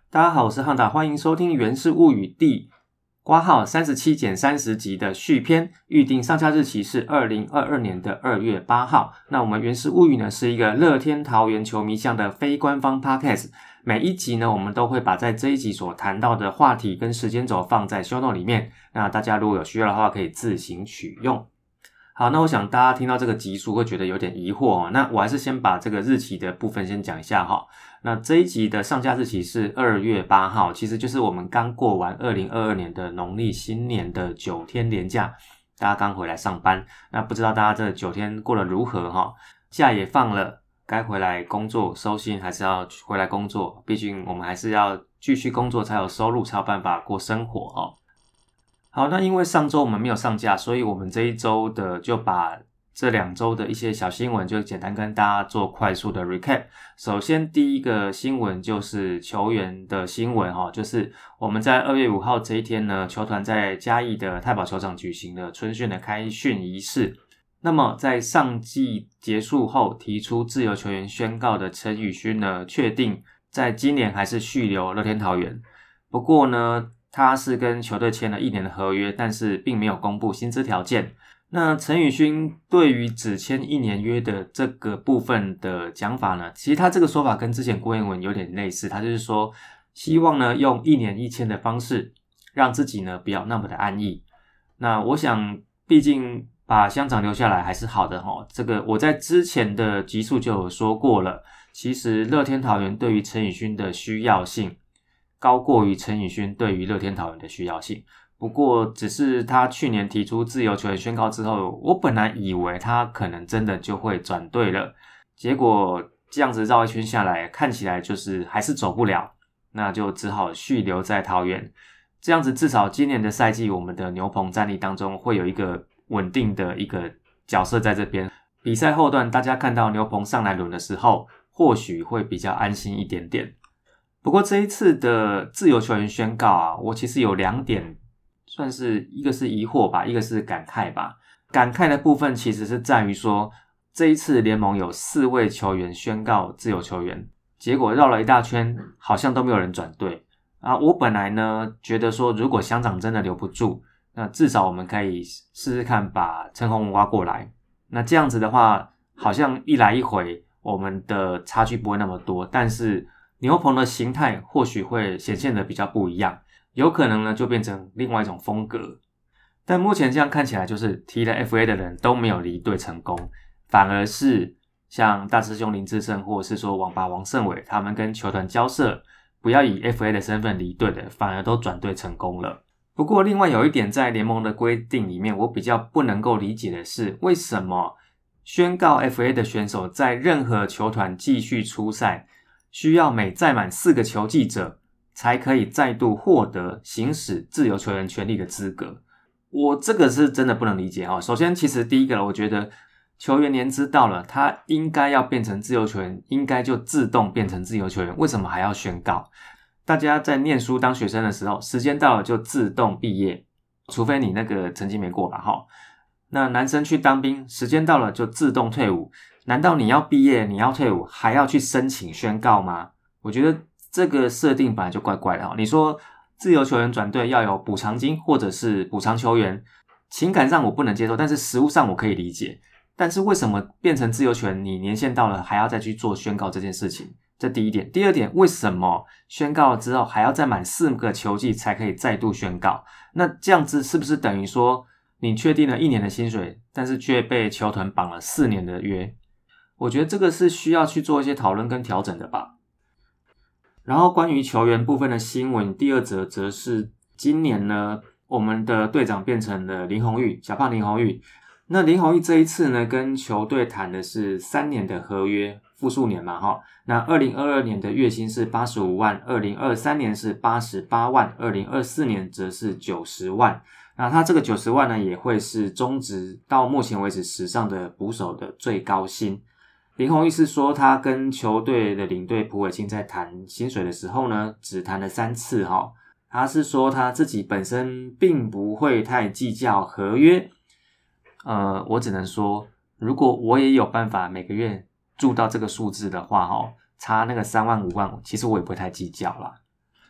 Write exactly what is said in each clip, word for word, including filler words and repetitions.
大家好，我是汉达，欢迎收听《源氏物语》第括号三十七减三十集的续篇，预定上架日期是二零二二年的二月八号。那我们《源氏物语》呢是一个乐天桃园球迷向的非官方 podcast， 每一集呢我们都会把在这一集所谈到的话题跟时间轴放在 show note 里面，那大家如果有需要的话可以自行取用。好，那我想大家听到这个集数会觉得有点疑惑哦，那我还是先把这个日期的部分先讲一下哈。那这一集的上架日期是二月八号，其实就是我们刚过完二零二二年的农历新年的九天连假，大家刚回来上班，那不知道大家这九天过得如何哈？假也放了，该回来工作收心还是要回来工作，毕竟我们还是要继续工作才有收入，才有办法过生活哦。好，那因为上周我们没有上架，所以我们这一周的就把这两周的一些小新闻就简单跟大家做快速的 recap。首先第一个新闻就是球员的新闻齁，就是我们在二月五号这一天呢，球团在嘉义的太保球场举行了春训的开训仪式。那么在上季结束后提出自由球员宣告的陈宇勋呢，确定在今年还是续留乐天桃园。不过呢，他是跟球队签了一年的合约，但是并没有公布薪资条件。那陈宇勋对于只签一年约的这个部分的讲法呢，其实他这个说法跟之前郭彦文有点类似，他就是说希望呢用一年一签的方式让自己呢不要那么的安逸。那我想毕竟把乡长留下来还是好的齁，这个我在之前的集数就有说过了，其实乐天桃园对于陈宇勋的需要性高过于陈宇勋对于乐天桃园的需要性。不过只是他去年提出自由球员宣告之后，我本来以为他可能真的就会转队了，结果这样子绕一圈下来，看起来就是还是走不了，那就只好续留在桃园。这样子至少今年的赛季我们的牛棚战力当中会有一个稳定的一个角色在这边，比赛后段大家看到牛棚上来轮的时候或许会比较安心一点点。不过这一次的自由球员宣告啊，我其实有两点算是一个是疑惑吧，一个是感慨吧。感慨的部分其实是在于说，这一次联盟有四位球员宣告自由球员，结果绕了一大圈好像都没有人转队啊。我本来呢觉得说，如果乡长真的留不住，那至少我们可以试试看把陈宏文挖过来，那这样子的话好像一来一回我们的差距不会那么多，但是牛棚的形态或许会显现的比较不一样，有可能呢就变成另外一种风格。但目前这样看起来，就是提了 F A 的人都没有离队成功，反而是像大师兄林志胜或者是说网爸王胜伟他们跟球团交涉不要以 F A 的身份离队的，反而都转队成功了。不过另外有一点在联盟的规定里面我比较不能够理解的是，为什么宣告 F A 的选手在任何球团继续出赛需要每载满四个球季者才可以再度获得行使自由球员权利的资格。我这个是真的不能理解齁。首先其实第一个我觉得球员年资到了，他应该要变成自由球员，应该就自动变成自由球员，为什么还要宣告？大家在念书当学生的时候，时间到了就自动毕业，除非你那个成绩没过吧齁。那男生去当兵，时间到了就自动退伍，难道你要毕业你要退伍还要去申请宣告吗？我觉得这个设定本来就怪怪的齁。你说自由球员转队要有补偿金或者是补偿球员，情感上我不能接受，但是实务上我可以理解。但是为什么变成自由球员你年限到了还要再去做宣告这件事情？这第一点。第二点，为什么宣告了之后还要再满四个球季才可以再度宣告？那这样子是不是等于说你确定了一年的薪水，但是却被球团绑了四年的约？我觉得这个是需要去做一些讨论跟调整的吧。然后关于球员部分的新闻，第二则则是今年呢，我们的队长变成了林泓育，小胖林泓育。那林泓育这一次呢，跟球队谈的是三年的合约，复数年嘛齁。那二零二二年的月薪是八十五万，二零二三年是八十八万，二零二四年则是九十万。那他这个九十万呢，也会是中职到目前为止史上的捕手的最高薪。林泓育是说他跟球队的领队朴伟清在谈薪水的时候呢，只谈了三次齁。他是说他自己本身并不会太计较合约。呃，我只能说，如果我也有办法每个月住到这个数字的话齁，差那个三万五万，其实我也不会太计较啦。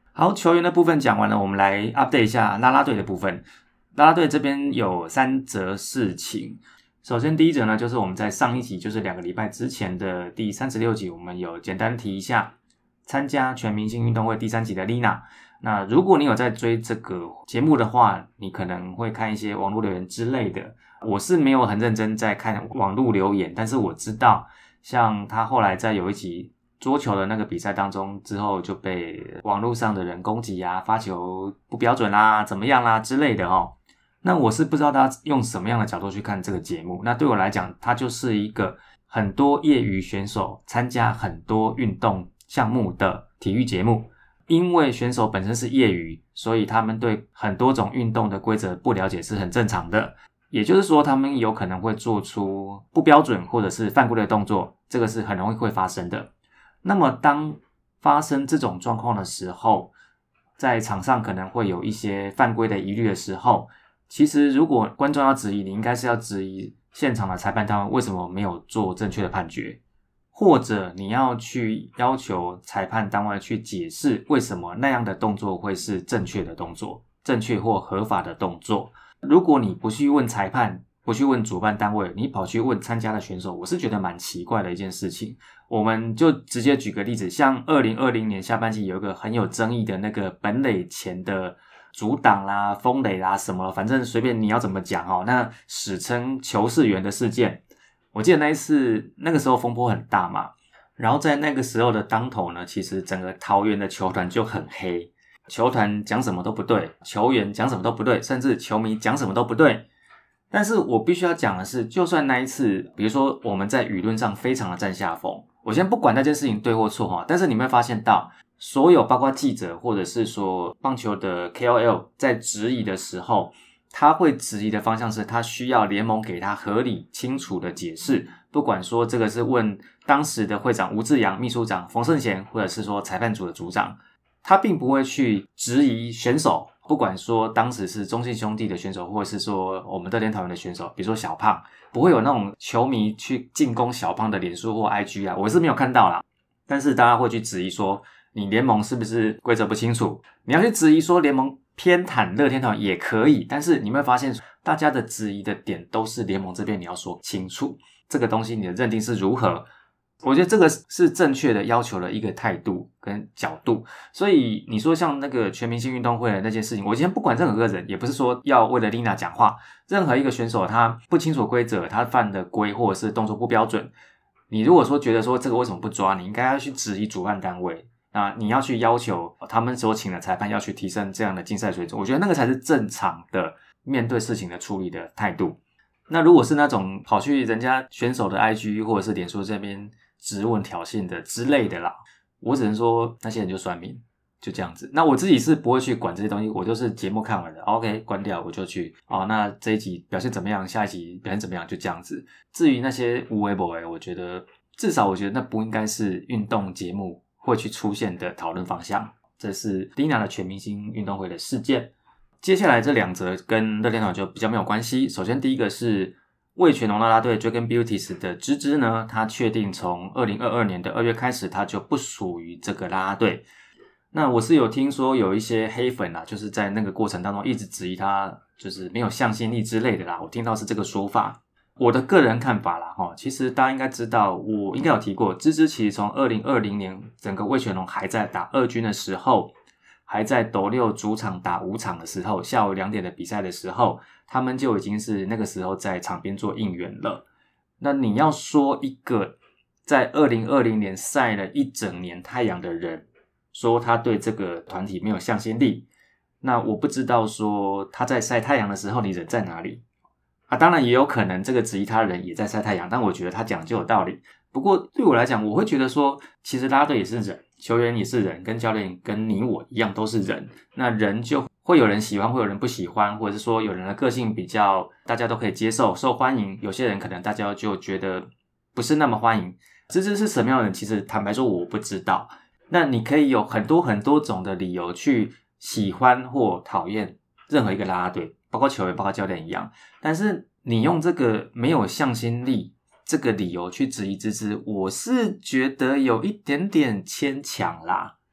好，球员的部分讲完了，我们来 update 一下啦啦队的部分。啦啦队这边有三则事情。首先第一则呢，就是我们在上一集，就是两个礼拜之前的第三十六集，我们有简单提一下参加全明星运动会第三集的 Lina。那如果你有在追这个节目的话，你可能会看一些网络留言之类的。我是没有很认真在看网络留言，但是我知道像他后来在有一集桌球的那个比赛当中之后，就被网络上的人攻击啊，发球不标准啦，怎么样啦之类的哦。那我是不知道大家用什么样的角度去看这个节目。那对我来讲，它就是一个很多业余选手参加很多运动项目的体育节目。因为选手本身是业余，所以他们对很多种运动的规则不了解是很正常的。也就是说，他们有可能会做出不标准或者是犯规的动作，这个是很容易会发生的。那么当发生这种状况的时候，在场上可能会有一些犯规的疑虑的时候，其实如果观众要质疑，你应该是要质疑现场的裁判他们为什么没有做正确的判决，或者你要去要求裁判单位去解释为什么那样的动作会是正确的动作，正确或合法的动作。如果你不去问裁判，不去问主办单位，你跑去问参加的选手，我是觉得蛮奇怪的一件事情。我们就直接举个例子，像二零二零年下半季有一个很有争议的那个本垒前的阻挡啦、封垒啦什么，反正随便你要怎么讲哦，那史称球士员的事件。我记得那一次那个时候风波很大嘛，然后在那个时候的当头呢，其实整个桃园的球团就很黑，球团讲什么都不对，球员讲什么都不对，甚至球迷讲什么都不对。但是我必须要讲的是，就算那一次比如说我们在舆论上非常的占下风，我先不管那件事情对或错哈，但是你会发现到所有包括记者或者是说棒球的 K O L 在质疑的时候，他会质疑的方向是他需要联盟给他合理清楚的解释，不管说这个是问当时的会长吴志阳、秘书长冯胜贤，或者是说裁判组的组长，他并不会去质疑选手，不管说当时是中信兄弟的选手，或者是说我们的联桃园的选手，比如说小胖，不会有那种球迷去进攻小胖的脸书或 I G 啊，我是没有看到啦。但是大家会去质疑说，你联盟是不是规则不清楚？你要去质疑说联盟偏袒乐天桃园也可以，但是你会发现大家的质疑的点都是联盟这边你要说清楚，这个东西你的认定是如何。我觉得这个是正确的要求的一个态度跟角度。所以你说像那个全明星运动会的那件事情，我今天不管任何个人，也不是说要为了 Lina 讲话，任何一个选手他不清楚规则，他犯的规或者是动作不标准，你如果说觉得说这个为什么不抓，你应该要去质疑主办单位，那你要去要求他们所请的裁判要去提升这样的竞赛水准，我觉得那个才是正常的面对事情的处理的态度。那如果是那种跑去人家选手的 I G 或者是脸书这边质问挑衅的之类的啦，我只能说那些人就酸民，就这样子。那我自己是不会去管这些东西，我就是节目看完了 OK 关掉我就去哦，那这一集表现怎么样，下一集表现怎么样，就这样子。至于那些无微不微，我觉得至少我觉得那不应该是运动节目会去出现的讨论方向。这是 Lina 的全明星运动会的事件。接下来这两则跟乐天桃园就比较没有关系。首先第一个是味全龙啦啦队 Dragon Beauties 的芝芝呢，他确定从二零二二年的二月开始，他就不属于这个啦啦队。那我是有听说有一些黑粉啊，就是在那个过程当中一直质疑他就是没有向心力之类的啦，我听到是这个说法。我的个人看法啦齁，其实大家应该知道，我应该有提过，芝芝其实从二零二零年整个味全龙还在打二军的时候，还在斗六主场打五场的时候，下午两点的比赛的时候，他们就已经是那个时候在场边做应援了。那你要说一个在二零二零年晒了一整年太阳的人，说他对这个团体没有向心力，那我不知道说他在晒太阳的时候你人在哪里啊？当然也有可能这个质疑他的人也在晒太阳，但我觉得他讲就有道理。不过对我来讲，我会觉得说其实啦啦队也是人，球员也是人，跟教练跟你我一样都是人，那人就会有人喜欢，会有人不喜欢，或者是说有人的个性比较大家都可以接受受欢迎，有些人可能大家就觉得不是那么欢迎。芝芝是什么样的人，其实坦白说我不知道。那你可以有很多很多种的理由去喜欢或讨厌任何一个啦啦队，包括球员包括教练一样，但是你用这个没有向心力这个理由去质疑芝芝，我是觉得有一点点牵强啦。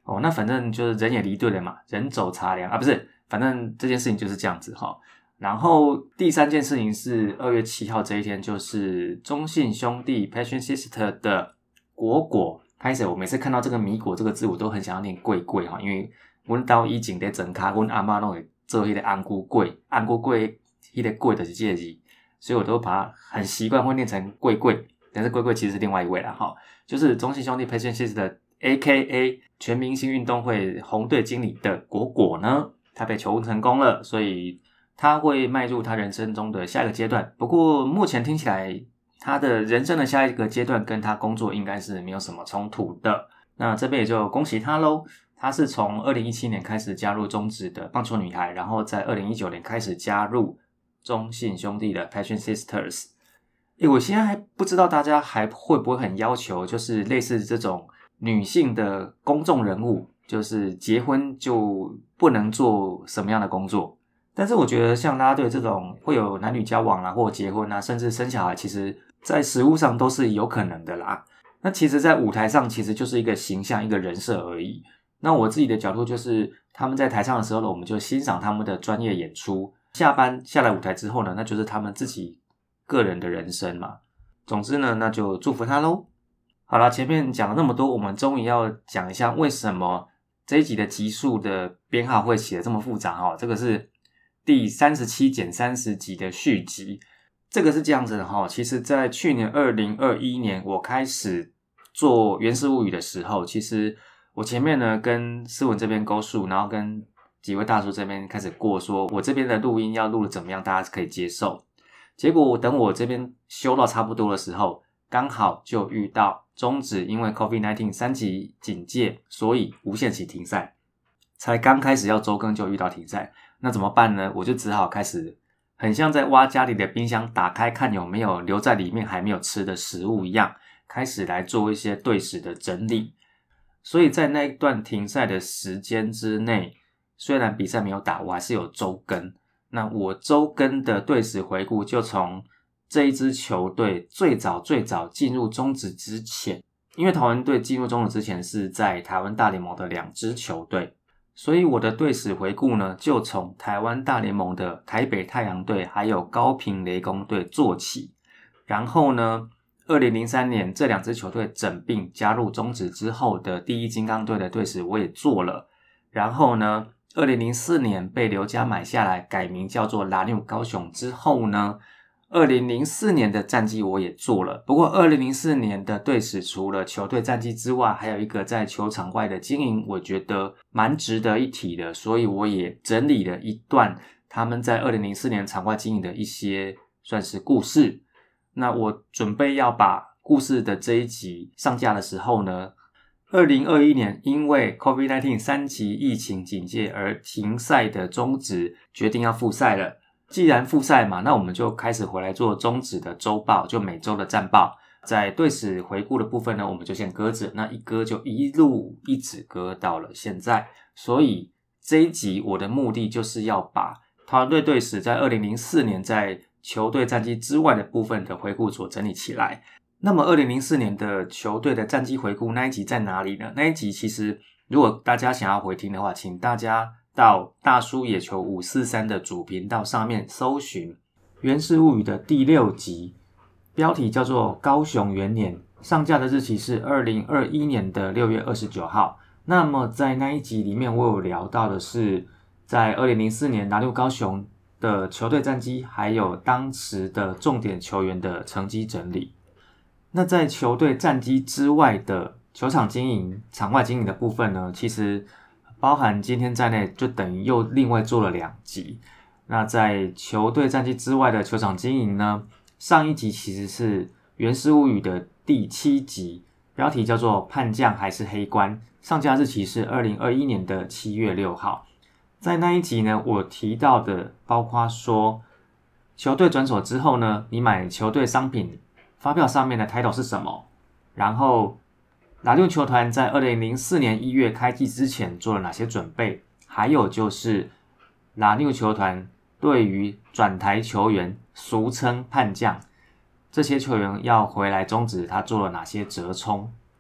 哦，那反正就是人也离队了嘛，人走茶凉啊，不是，反正这件事情就是这样子哈。然后第三件事情是二月七号这一天，就是中信兄弟 Passion Sister 的果果。拍摄我每次看到这个米果这个字，我都很想要念贵贵哈，因为阮兜以前在整卡，阮阿嬷拢会做迄个安菇粿，安菇粿迄个粿就是这个字，所以我都把它很习惯会念成贵贵，但是贵贵其实是另外一位啦哈，就是中信兄弟 Passion Sister A K A 全明星运动会红队经理的果果呢，他被求婚成功了，所以他会迈入他人生中的下一个阶段。不过目前听起来，他的人生的下一个阶段跟他工作应该是没有什么冲突的。那这边也就恭喜他咯，他是从二零一七年开始加入中职的棒球女孩，然后在二零一九年开始加入中信兄弟的 Passion Sisters。诶，我现在还不知道大家还会不会很要求，就是类似这种女性的公众人物，就是结婚就不能做什么样的工作。但是我觉得像大家对这种会有男女交往啊，或结婚啊，甚至生小孩，其实在实务上都是有可能的啦。那其实在舞台上其实就是一个形象，一个人设而已。那我自己的角度就是他们在台上的时候呢，我们就欣赏他们的专业演出，下班下来舞台之后呢，那就是他们自己个人的人生嘛。总之呢，那就祝福他咯。好啦，前面讲了那么多，我们终于要讲一下为什么这一集的集数的编号会写得这么复杂齁。这个是第三十七减三十集的续集。这个是这样子的齁，其实在去年二零二一年我开始做原始物语的时候，其实我前面呢跟思文这边勾述，然后跟几位大叔这边开始过，说我这边的录音要录的怎么样大家可以接受。结果等我这边修到差不多的时候，刚好就遇到中职因为 COVID 十九 三级警戒，所以无限期停赛，才刚开始要周更就遇到停赛。那怎么办呢？我就只好开始很像在挖家里的冰箱，打开看有没有留在里面还没有吃的食物一样，开始来做一些队史的整理。所以在那一段停赛的时间之内，虽然比赛没有打，我还是有周更。那我周更的队史回顾就从这一支球队最早最早进入中职之前，因为台湾队进入中职之前是在台湾大联盟的两支球队，所以我的队史回顾呢，就从台湾大联盟的台北太阳队还有高屏雷公队做起。然后呢，二零零三年这两支球队整并加入中职之后的第一金刚队的队史我也做了。然后呢，二零零四年被刘家买下来，改名叫做拉纽高雄之后呢，二零零四年的战绩我也做了。不过二零零四年的队史除了球队战绩之外，还有一个在球场外的经营，我觉得蛮值得一提的，所以我也整理了一段他们在二零零四年场外经营的一些算是故事。那我准备要把故事的这一集上架的时候呢，二零二一年因为 COVID 十九 三级疫情警戒而停赛的中职决定要复赛了。既然复赛嘛，那我们就开始回来做中职的周报，就每周的战报。在队史回顾的部分呢，我们就先搁着，那一搁就一路一直搁到了现在。所以这一集我的目的就是要把团队队史在二零零四年在球队战绩之外的部分的回顾所整理起来。那么二零零四年的球队的战绩回顾那一集在哪里呢？那一集其实如果大家想要回听的话，请大家到大叔野球五四三的主频道上面搜寻《源氏物语》的第六集，标题叫做高雄元年，上架的日期是二零二一年的六月二十九号。那么在那一集里面我有聊到的是在二零零四年拿六高雄的球队战绩，还有当时的重点球员的成绩整理。那在球队战绩之外的球场经营、场外经营的部分呢，其实包含今天在内，就等于又另外做了两集。那在球队战绩之外的球场经营呢，上一集其实是《源氏物语》的第七集，标题叫做叛将还是黑官，上架日期是二零二一年的七月六号。在那一集呢，我提到的包括说球队转手之后呢，你买球队商品发票上面的 title 是什么，然后拉六球团在二零零四年一月开季之前做了哪些准备，还有就是拉六球团对于转台球员俗称叛将这些球员要回来中职他做了哪些折冲。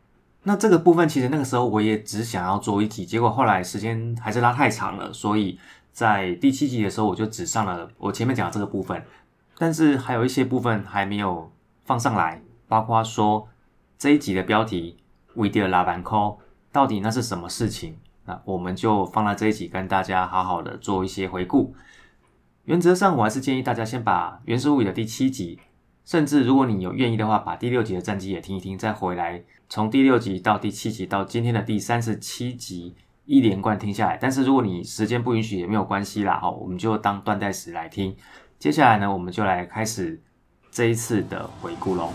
那这个部分其实那个时候我也只想要做一集，结果后来时间还是拉太长了，所以在第七集的时候我就只上了我前面讲的这个部分，但是还有一些部分还没有放上来，包括说这一集的标题为着拉板扣到底那是什么事情，那我们就放在这一集跟大家好好的做一些回顾。原则上我还是建议大家先把原始物语的第七集，甚至如果你有愿意的话，把第六集的战绩也听一听，再回来从第六集到第七集到今天的第三十七集一连贯听下来。但是如果你时间不允许也没有关系啦，我们就当断代史来听。接下来呢，我们就来开始这一次的回顾咯。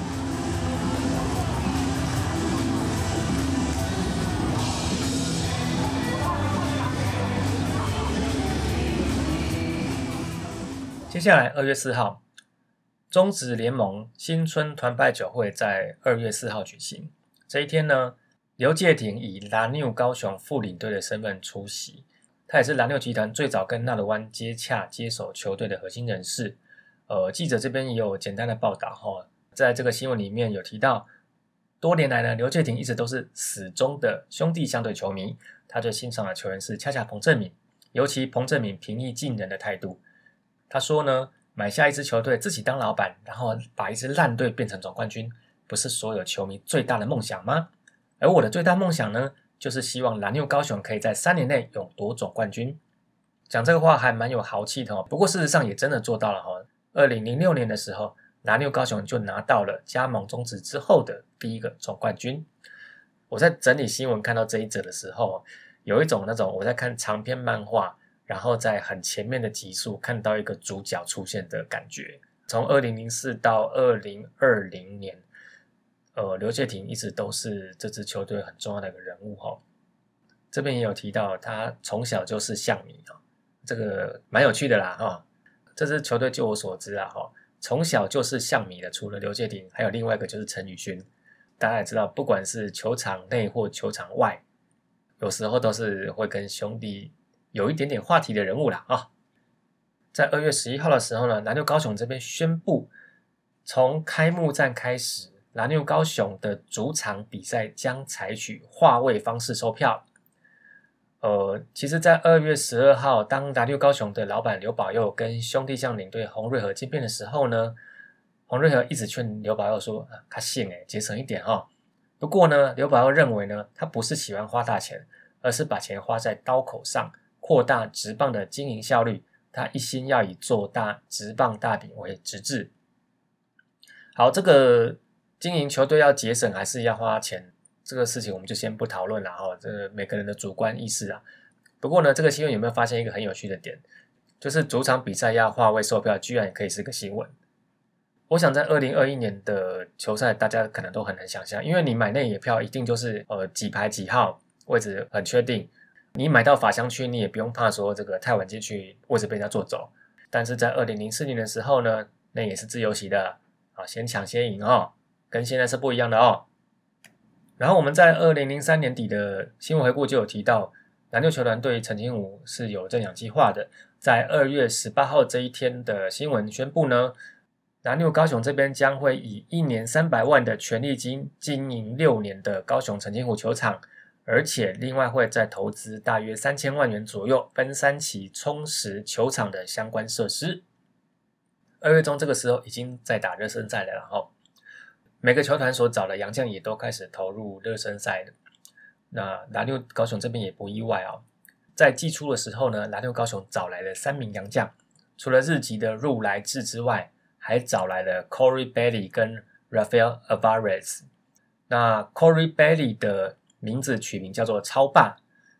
接下来二月四号，中职联盟新春团拜酒会在二月四号举行。这一天呢，刘介廷以蓝牛高雄副领队的身份出席，他也是蓝牛集团最早跟纳鲁湾接洽接手球队的核心人士。呃，记者这边也有简单的报道哈，在这个新闻里面有提到，多年来呢，刘介廷一直都是死忠的兄弟相对球迷，他最欣赏的球员是恰恰彭政闵，尤其彭政闵平易近人的态度。他说呢，买下一支球队自己当老板，然后把一支烂队变成总冠军，不是所有球迷最大的梦想吗？而我的最大梦想呢，就是希望蓝牛高雄可以在三年内勇夺总冠军。讲这个话还蛮有豪气的哦，不过事实上也真的做到了哦。二零零六年的时候，蓝牛高雄就拿到了加盟中职之后的第一个总冠军。我在整理新闻看到这一则的时候，有一种那种我在看长篇漫画，然后在很前面的集数看到一个主角出现的感觉。从二零零四到二零二零年，呃，刘介廷一直都是这支球队很重要的一个人物哦。这边也有提到，他从小就是象迷哦，这个蛮有趣的啦哈、哦。这支球队就我所知啊哈，从小就是象迷的，除了刘介廷，还有另外一个就是陈宇勋。大家也知道，不管是球场内或球场外，有时候都是会跟兄弟有一点点话题的人物啦啊。在二月十一号的时候呢，蓝牛高雄这边宣布，从开幕战开始，蓝牛高雄的主场比赛将采取划位方式售票。呃，其实在二月十二号，当蓝牛高雄的老板刘保佑跟兄弟象领队洪瑞和见面的时候呢，洪瑞和一直劝刘保佑说，啊，他信诶，节省一点哈、哦。不过呢，刘保佑认为呢，他不是喜欢花大钱，而是把钱花在刀口上，扩大职棒的经营效率，他一心要以做大职棒大饼为直至。好，这个经营球队要节省还是要花钱，这个事情我们就先不讨论了哈，这个每个人的主观意识啊。不过呢，这个新闻有没有发现一个很有趣的点，就是主场比赛要划位售票，居然也可以是个新闻。我想在二零二一年的球赛，大家可能都很难想象，因为你买内野票一定就是呃几排几号，位置很确定。你买到法香区，你也不用怕说这个太晚进去位置被人家坐走。但是在二零零四年的时候呢，那也是自由席的啊，先抢先赢哦，跟现在是不一样的哦。然后我们在二零零三年底的新闻回顾就有提到，蓝牛球团对陈金武是有认养计划的。在二月十八号这一天的新闻宣布呢，蓝牛高雄这边将会以一年三百万的权利金经营六年的高雄陈金湖球场，而且另外会再投资大约三千万元左右，分三期充实球场的相关设施。二月中这个时候已经在打热身赛了，然后每个球团所找的洋将也都开始投入热身赛了。那蓝牛高雄这边也不意外哦，在季初的时候呢，蓝牛高雄找来了三名洋将，除了日籍的入来志之外，还找来了 Corey Bailey 跟 Rafael Alvarez。 那 Corey Bailey 的名字取名叫做超霸，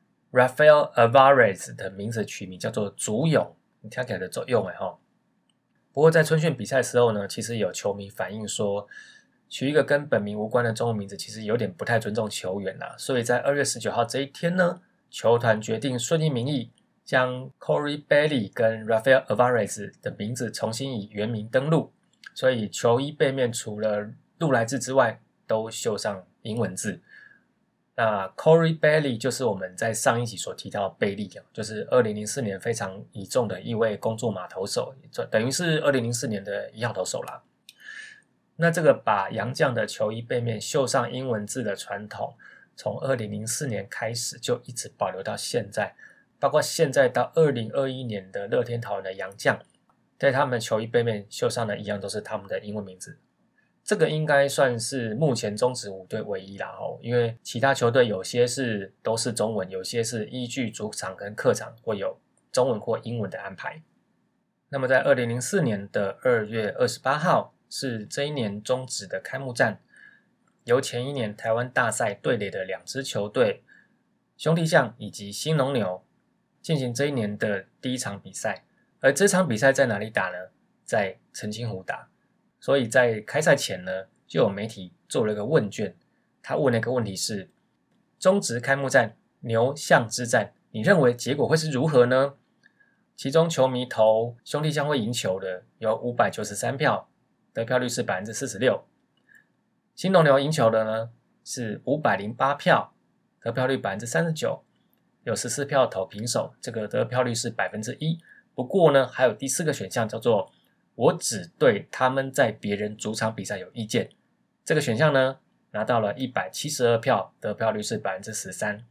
Rafael Alvarez 的名字取名叫做足勇，你听起来的作用哎齁。不过在春训比赛的时候呢，其实有球迷反映说，取一个跟本名无关的中文名字其实有点不太尊重球员啦，所以在二月十九号这一天呢，球团决定顺应民意，将 Corey Bailey 跟 Rafael Alvarez 的名字重新以原名登录，所以球衣背面除了陆来志之外都绣上英文字。那 Corey Bailey 就是我们在上一集所提到的贝利，就是二零零四年非常倚重的一位工作马投手，等于是二零零四年的一号投手啦。 那这个把洋将的球衣背面绣上英文字的传统，从二零零四年开始就一直保留到现在，包括现在到二零二一年的乐天桃园的洋将，在他们的球衣背面绣上的一样都是他们的英文名字。这个应该算是目前中职五队唯一啦，因为其他球队有些是都是中文，有些是依据主场跟客场会有中文或英文的安排。那么在二零零四年的二月二十八号是这一年中职的开幕战，由前一年台湾大赛对垒的两支球队兄弟象以及兴农牛进行这一年的第一场比赛。而这场比赛在哪里打呢？在澄清湖打。所以在开赛前呢，就有媒体做了一个问卷，他问了一个问题是：中职开幕战牛象之战，你认为结果会是如何呢？其中球迷投兄弟象会赢球的有五百九十三票，得票率是 百分之四十六。兴农牛赢球的呢是五百零八票，得票率 百分之三十九，有十四票投平手，这个得票率是 百分之一。不过呢，还有第四个选项叫做我只对他们在别人主场比赛有意见，这个选项呢拿到了一百七十二票，得票率是 百分之十三。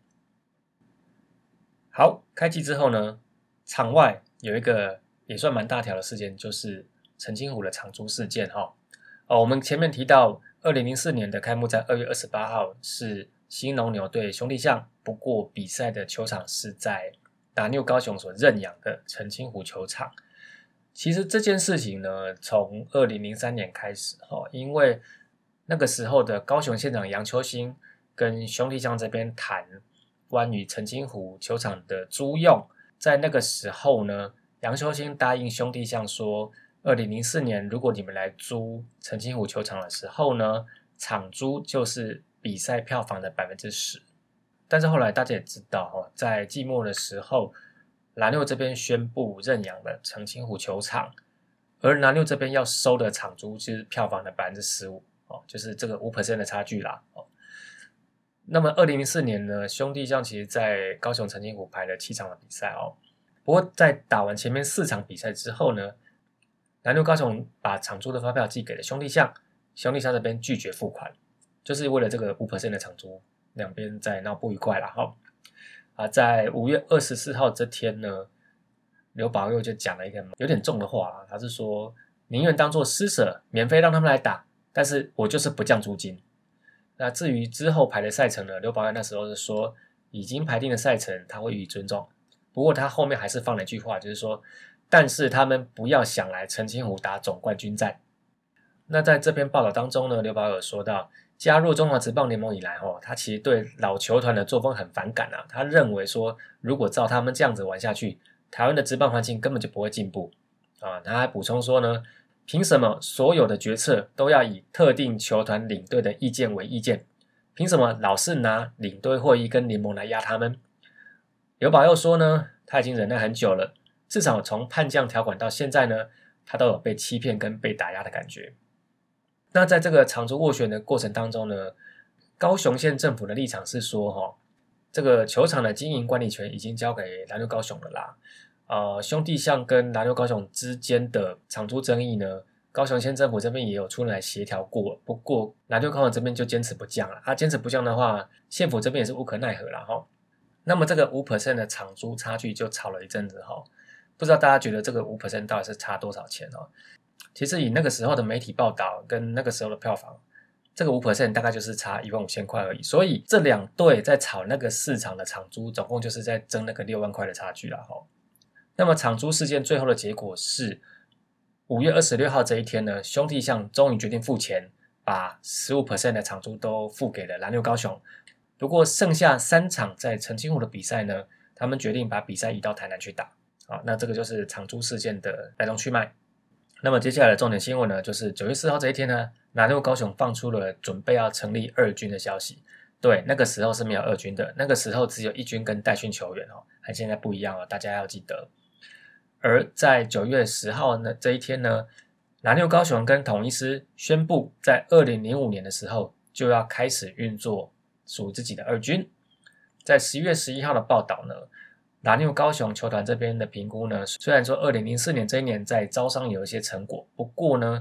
好，开季之后呢，场外有一个也算蛮大条的事件，就是澄清湖的场租事件、哦哦、我们前面提到二零零四年的开幕战二月二十八号是兴农牛对兄弟象，不过比赛的球场是在达纽高雄所认养的澄清湖球场。其实这件事情呢，从二零零三年开始、哦、因为那个时候的高雄县长杨秋兴跟兄弟象这边谈关于澄清湖球场的租用，在那个时候呢，杨秋兴答应兄弟象说，二零零四年如果你们来租澄清湖球场的时候呢，场租就是比赛票房的 百分之十。 但是后来大家也知道、哦、在季末的时候，蓝牛这边宣布认养了澄清湖球场，而蓝牛这边要收的场租就是票房的 百分之十五、哦、就是这个 百分之五 的差距啦、哦、那么二零零四年呢，兄弟象其实在高雄澄清湖排了七场的比赛哦。不过在打完前面四场比赛之后呢，蓝牛高雄把场租的发票寄给了兄弟象，兄弟象这边拒绝付款，就是为了这个 百分之五 的场租，两边在闹不愉快啦、哦啊、在五月二十四号这天呢，刘保佑就讲了一个有点重的话、啊、他是说宁愿当作施舍，免费让他们来打，但是我就是不降租金。那至于之后排的赛程呢，刘保佑那时候是说已经排定的赛程他会予以尊重，不过他后面还是放了一句话，就是说但是他们不要想来澄清湖打总冠军战。那在这篇报道当中呢，刘保佑说到加入中华职棒联盟以来、哦、他其实对老球团的作风很反感啊。他认为说，如果照他们这样子玩下去，台湾的职棒环境根本就不会进步啊。他还补充说呢，凭什么所有的决策都要以特定球团领队的意见为意见？凭什么老是拿领队会议跟联盟来压他们？刘保佑说呢，他已经忍耐很久了，至少从叛将条款到现在呢，他都有被欺骗跟被打压的感觉。那在这个场租斡旋的过程当中呢，高雄县政府的立场是说、哦、这个球场的经营管理权已经交给蓝牛高雄了啦。呃，兄弟象跟蓝牛高雄之间的场租争议呢，高雄县政府这边也有出来协调过，不过蓝牛高雄这边就坚持不降了。他、啊、坚持不降的话，县府这边也是无可奈何啦、哦、那么这个 百分之五 的场租差距就吵了一阵子、哦、不知道大家觉得这个 百分之五 到底是差多少钱哦？其实以那个时候的媒体报道跟那个时候的票房，这个 百分之五 大概就是差一万五千块而已，所以这两队在炒那个市场的场租，总共就是在争那个六万块的差距啦、哦、那么场租事件最后的结果是五月二十六号这一天呢，兄弟象终于决定付钱，把 百分之十五 的场租都付给了蓝牛高雄。不过剩下三场在澄清湖的比赛呢，他们决定把比赛移到台南去打。好，那这个就是场租事件的来龙去脉。那么接下来的重点新闻呢，就是九月四号这一天呢，蓝牛高雄放出了准备要成立二军的消息。对，那个时候是没有二军的，那个时候只有一军跟代训球员哦，和现在不一样哦，大家要记得。而在九月十号呢这一天呢，蓝牛高雄跟统一狮宣布，在二零零五年的时候就要开始运作属于自己的二军。在十月十一号的报道呢，蓝牛高雄球团这边的评估呢，虽然说二零零四年这一年在招商有一些成果，不过呢，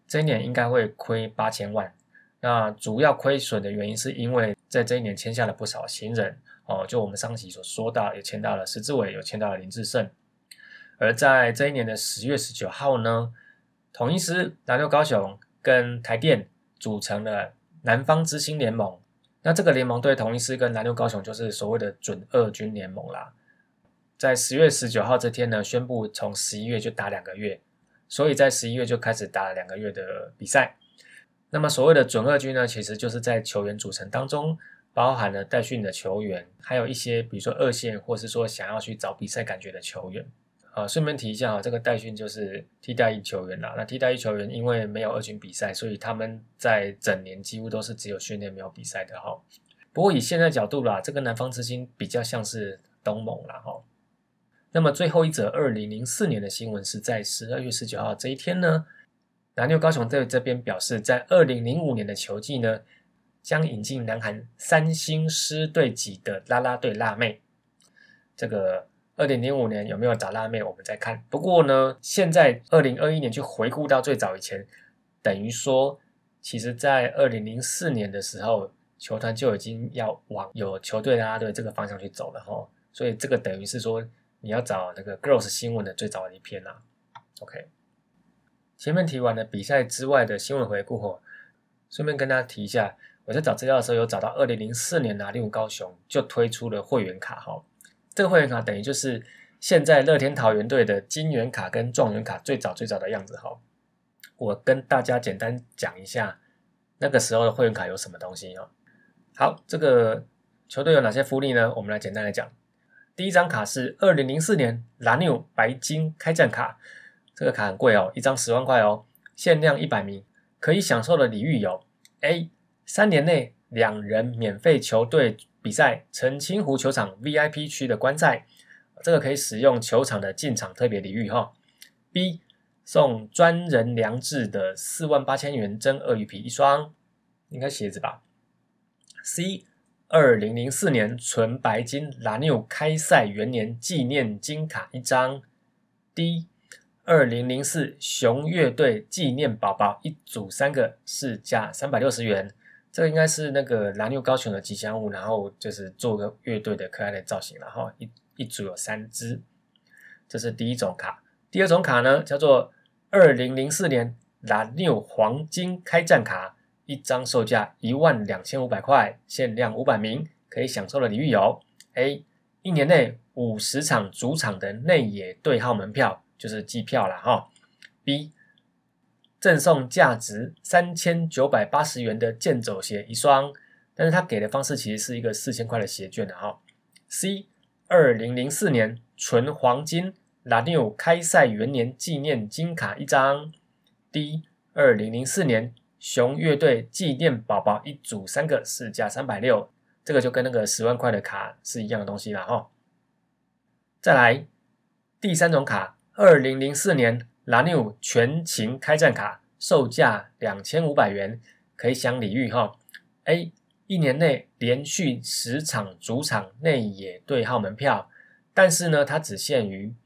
这一年应该会亏八千万。那主要亏损的原因是因为在这一年签下了不少新人哦，就我们上期所说到，也签到了石志伟，有签到了林志胜。而在这一年的十月十九号呢，统一狮、蓝牛高雄跟台电组成了南方之星联盟。那这个联盟对统一狮跟蓝牛高雄就是所谓的准二军联盟啦。在十月十九号这天呢，宣布从十一月就打两个月，所以在十一月就开始打了两个月的比赛。那么所谓的准二军呢，其实就是在球员组成当中包含了代训的球员，还有一些比如说二线或是说想要去找比赛感觉的球员。呃，顺便提一下，这个代训就是替代役球员啦。那替代役球员因为没有二军比赛，所以他们在整年几乎都是只有训练没有比赛的哈。不过以现在角度啦，这个南方之星比较像是东盟啦哈。那么最后一则二零零四年的新闻是在十二月十九号这一天呢，蓝牛高雄队这边表示，在二零零五年的球季呢，将引进南韩三星狮队级的啦啦队辣妹。这个二零零五年有没有找辣妹我们再看。不过呢，现在二零二一年去回顾到最早以前，等于说其实在二零零四年的时候，球团就已经要往有球队啦啦队这个方向去走了齁。所以这个等于是说你要找那个 Girls 新闻的最早的一篇啦。OK， 前面提完了比赛之外的新闻回顾齁，顺便跟大家提一下，我在找资料的时候有找到二零零四年啊，六高雄就推出了会员卡齁。这个会员卡等于就是现在乐天桃园队的金元卡跟状元卡最早最早的样子齁。我跟大家简单讲一下那个时候的会员卡有什么东西齁。好，这个球队有哪些福利呢？我们来简单来讲。第一张卡是二零零四年蓝牛白金开战卡，这个卡很贵哦，一张十万块哦，限量一百名，可以享受的礼遇有 A 三年内两人免费球队比赛澄清湖球场 V I P 区的观赛，这个可以使用球场的进场特别礼遇哈。B 送专人量制的四万八千元真鳄鱼皮一双，应该鞋子吧。C二零零四年纯白金蓝牛开赛元年纪念金卡一张。D二零零四熊乐队纪念宝宝一组三个，市价三百六十元。这个应该是那个蓝牛高雄的吉祥物，然后就是做个乐队的可爱的造型，然后 一, 一组有三只。这是第一种卡。第二种卡呢，叫做二零零四年蓝牛黄金开战卡，一张售价一万两千五百块，限量五百名，可以享受的礼遇有 A 一年内五十场主场的内野对号门票，就是季票啦齁。B 赠送价值三千九百八十元的健走鞋一双，但是他给的方式其实是一个四千块的鞋券的齁。C 二零零四年纯黄金蓝牛开赛元年纪念金卡一张。D 二零零四年熊乐队纪念宝宝一组三个，市价三百六十，这个就跟那个十万块的卡是一样的东西啦齁。再来第三种卡，二零零四年蓝牛全勤开战卡，售价两千五百元，可以享礼遇齁。A 一年内连续十场主场内野对号门票，但是呢它只限于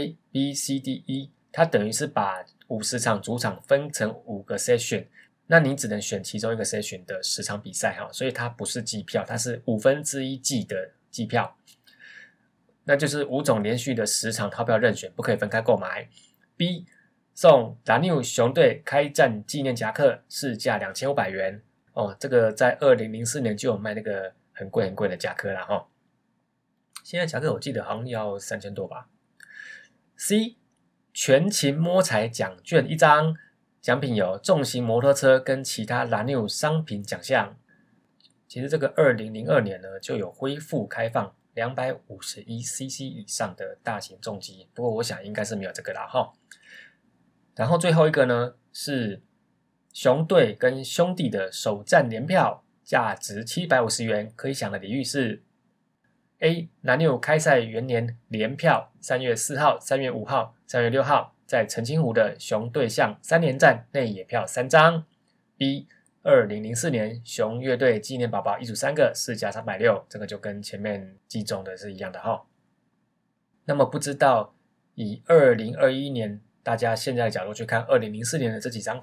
A、B、C、D、E， 它等于是把五十场主场分成五个 session， 那你只能选其中一个 session 的十场比赛齁，所以它不是季票，它是五分之一季的季票，那就是五种连续的十场套票任选，不可以分开购买。B 送蓝牛熊队开战纪念夹克，市价两千五百元哦，这个在二零零四年就有卖那个很贵很贵的夹克啦齁。现在夹克我记得好像要三千多吧。C 全勤摸彩奖券一张，奖品有重型摩托车跟其他蓝牛商品奖项。其实这个二零零二年呢就有恢复开放两百五十一 C C 以上的大型重机，不过我想应该是没有这个啦齁。然后最后一个呢是熊队跟兄弟的首战联票，价值七百五十元，可以享的礼遇是 A 蓝牛开赛元年联票，三月四号、三月五号、三月六号在澄清湖的熊队象三连战内野票三张。 B 二零零四年熊乐队纪念宝宝一组三个，市价三百六十，这个就跟前面记中的是一样的齁。那么不知道以二零二一年大家现在的角度去看二零零四年的这几张卡，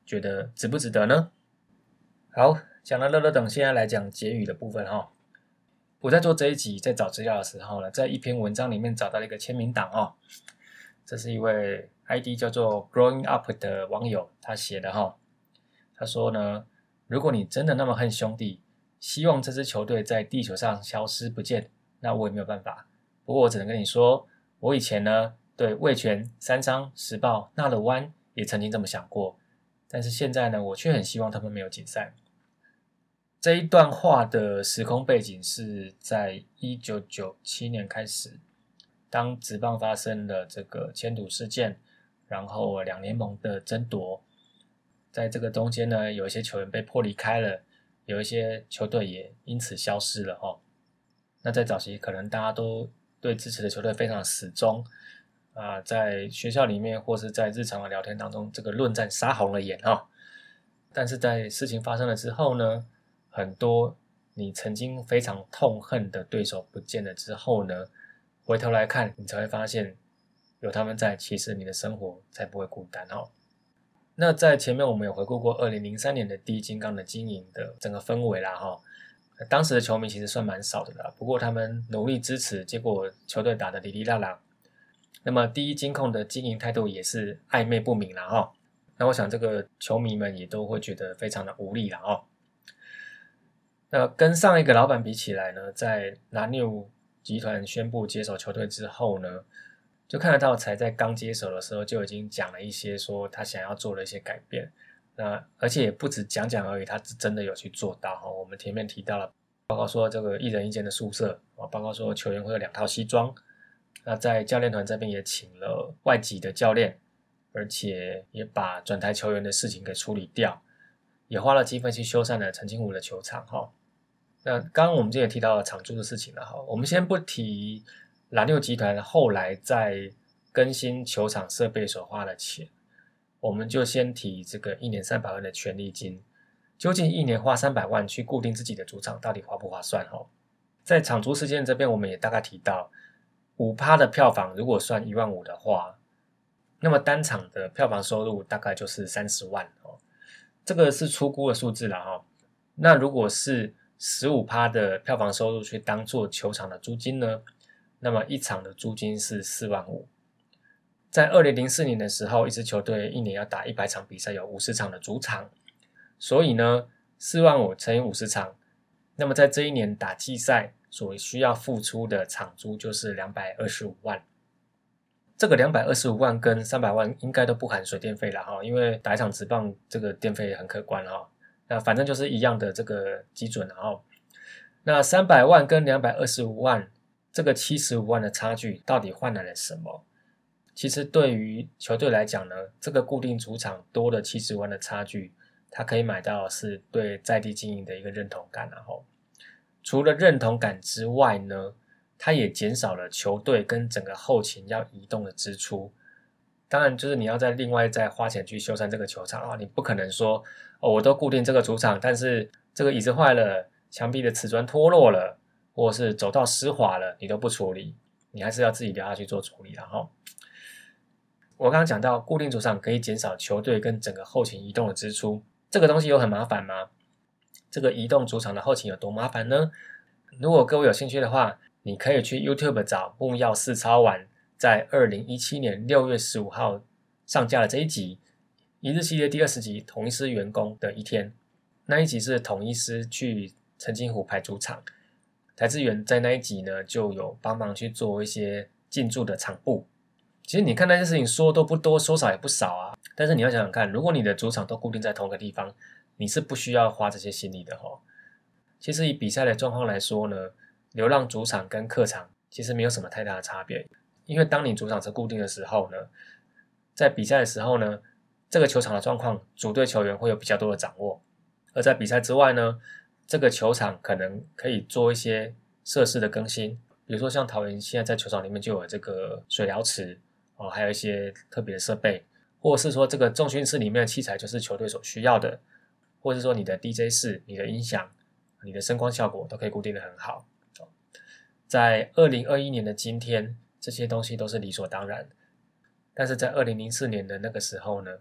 觉得值不值得呢？好，讲了乐乐等，现在来讲结语的部分哈。我在做这一集在找资料的时候呢，在一篇文章里面找到了一个签名档哦，这是一位 I D 叫做 Growing Up 的网友他写的哈。他说呢，如果你真的那么恨兄弟，希望这支球队在地球上消失不见，那我也没有办法。不过我只能跟你说，我以前呢对味全、三商、时报、纳鲁湾也曾经这么想过，但是现在呢，我却很希望他们没有解散。这一段话的时空背景是在一九九七年开始，当职棒发生了这个迁赌事件，然后两联盟的争夺，在这个中间呢，有一些球员被迫离开了，有一些球队也因此消失了哦。那在早期可能大家都对支持的球队非常死忠啊、呃，在学校里面或是在日常的聊天当中，这个论战杀红了眼哦。但是在事情发生了之后呢，很多你曾经非常痛恨的对手不见了之后呢，回头来看，你才会发现有他们在，其实你的生活才不会孤单哦。那在前面我们有回顾过二零零三年的第一金刚的经营的整个氛围啦哈，当时的球迷其实算蛮少的啦，不过他们努力支持，结果球队打得哩哩啦啦。那么第一金控的经营态度也是暧昧不明啦哈。那我想这个球迷们也都会觉得非常的无力啦哦。那跟上一个老板比起来呢，在La New集团宣布接手球队之后呢，就看得到才在刚接手的时候就已经讲了一些说他想要做的一些改变。那而且也不止讲讲而已，他是真的有去做到哈。我们前面提到了，包括说这个一人一间的宿舍，包括说球员会有两套西装。那在教练团这边也请了外籍的教练，而且也把转台球员的事情给处理掉，也花了经费去修缮了澄清湖的球场哈。那刚刚我们这也提到了场租的事情了哈，我们先不提La New集团后来在更新球场设备所花的钱，我们就先提这个一年三百万的权利金，究竟一年花三百万去固定自己的主场到底划不划算哈？在场租事件这边我们也大概提到 百分之五 的票房如果算一万五的话，那么单场的票房收入大概就是三十万哦，这个是初估的数字啦哈。那如果是 百分之十五 的票房收入去当做球场的租金呢，那么一场的租金是四万五。在二零零四年的时候，一支球队一年要打一百场比赛，有五十场的主场，所以呢四万五乘以五十场，那么在这一年打季赛所需要付出的场租就是两百二十五万。这个两百二十五万跟三百万应该都不含水电费啦哈，因为打一场职棒这个电费很可观哈。那反正就是一样的这个基准啊哦。那三百万跟两百二十五万这个七十五万的差距到底换来了什么？其实对于球队来讲呢，这个固定主场多了七十万的差距，他可以买到的是对在地经营的一个认同感啊哦。除了认同感之外呢，它也减少了球队跟整个后勤要移动的支出。当然就是你要再另外再花钱去修缮这个球场啊，你不可能说哦，我都固定这个主场，但是这个椅子坏了，墙壁的瓷砖脱落了，或是走道湿滑了，你都不处理，你还是要自己留下去做处理啦齁。我刚刚讲到固定主场可以减少球队跟整个后勤移动的支出，这个东西有很麻烦吗？这个移动主场的后勤有多麻烦呢？如果各位有兴趣的话，你可以去 YouTube 找木曜四超玩在二零一七年六月十五号上架的这一集，一日系列第二十集统一狮员工的一天。那一集是统一狮去澄清湖排主场，台资源在那一集呢就有帮忙去做一些进驻的场布。其实你看那些事情说多不多，说少也不少啊。但是你要想想看，如果你的主场都固定在同一个地方，你是不需要花这些心力的齁。其实以比赛的状况来说呢，流浪主场跟客场其实没有什么太大的差别，因为当你主场是固定的时候呢，在比赛的时候呢，这个球场的状况主队球员会有比较多的掌握，而在比赛之外呢，这个球场可能可以做一些设施的更新，比如说像桃园现在在球场里面就有这个水疗池哦，还有一些特别的设备，或者是说这个重训室里面的器材就是球队所需要的，或者是说你的 D J 室、你的音响、你的声光效果都可以固定的很好。在二零二一年的今天，这些东西都是理所当然，但是在二零零四年的那个时候呢，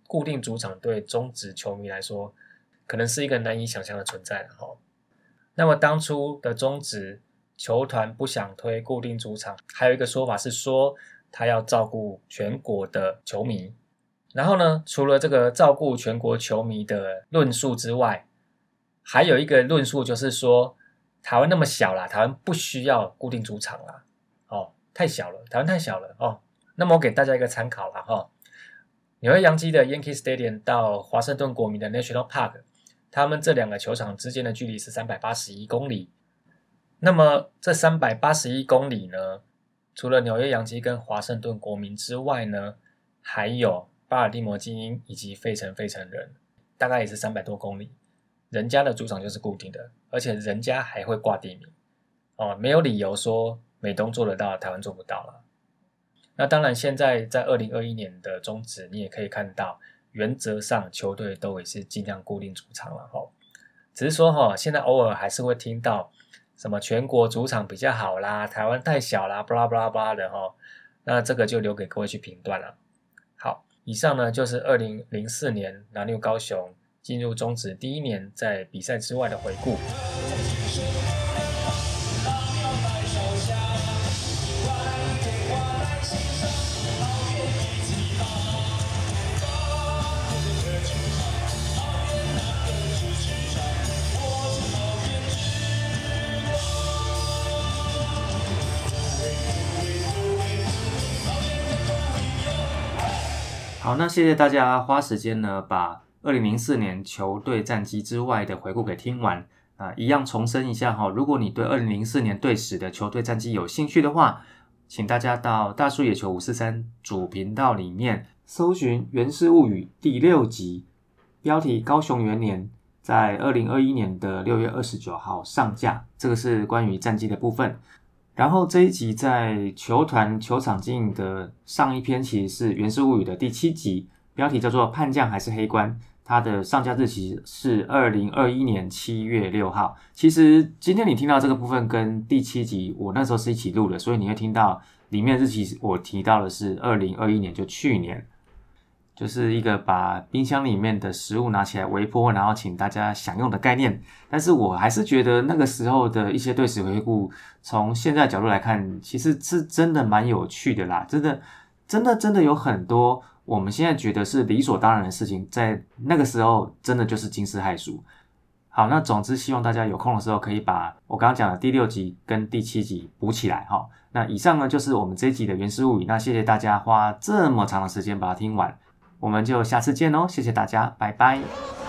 固定主场对中职球迷来说，可能是一个难以想象的存在哈。那么当初的中职球团不想推固定主场，还有一个说法是说，他要照顾全国的球迷。然后呢，除了这个照顾全国球迷的论述之外，还有一个论述就是说，台湾那么小啦，台湾不需要固定主场啦，哦，太小了，台湾太小了哦。那么我给大家一个参考啦哈、哦，纽约洋基的 Yankee Stadium 到华盛顿国民的 National Park， 他们这两个球场之间的距离是三百八十一公里。那么这三百八十一公里呢，除了纽约洋基跟华盛顿国民之外呢，还有巴尔的摩精英以及费城费城人，大概也是三百多公里。人家的主场就是固定的，而且人家还会挂地名哦，没有理由说美东做得到，台湾做不到啦。那当然，现在在二零二一年的中职，你也可以看到，原则上球队都也是尽量固定主场了哈。只是说哈，现在偶尔还是会听到什么全国主场比较好啦，台湾太小啦，巴拉巴拉巴拉的哈。那这个就留给各位去评断了。好，以上呢就是二零零四年南六高雄进入中职第一年在比赛之外的回顾。 好，那谢谢大家花时间呢把二零零四年球队战绩之外的回顾给听完啊，一样重申一下哈，如果你对二零零四年队史的球队战绩有兴趣的话，请大家到大叔野球五四三主频道里面搜寻《源氏物语》第六集，标题高雄元年，在二零二一年的六月二十九号上架，这个是关于战绩的部分。然后这一集在球团球场经营的上一篇其实是《源氏物语》的第七集，标题叫做叛将还是黑官，它的上架日期是二零二一年七月六号。其实今天你听到这个部分跟第七集我那时候是一起录的，所以你会听到里面日期我提到的是二零二一年，就去年，就是一个把冰箱里面的食物拿起来微波，然后请大家享用的概念。但是我还是觉得那个时候的一些队史回顾，从现在的角度来看，其实是真的蛮有趣的啦，真的真的真的有很多我们现在觉得是理所当然的事情，在那个时候真的就是惊世骇俗。好，那总之希望大家有空的时候可以把我刚刚讲的第六集跟第七集补起来齁。那以上呢就是我们这一集的源氏物语，那谢谢大家花这么长的时间把它听完，我们就下次见哦，谢谢大家，拜拜。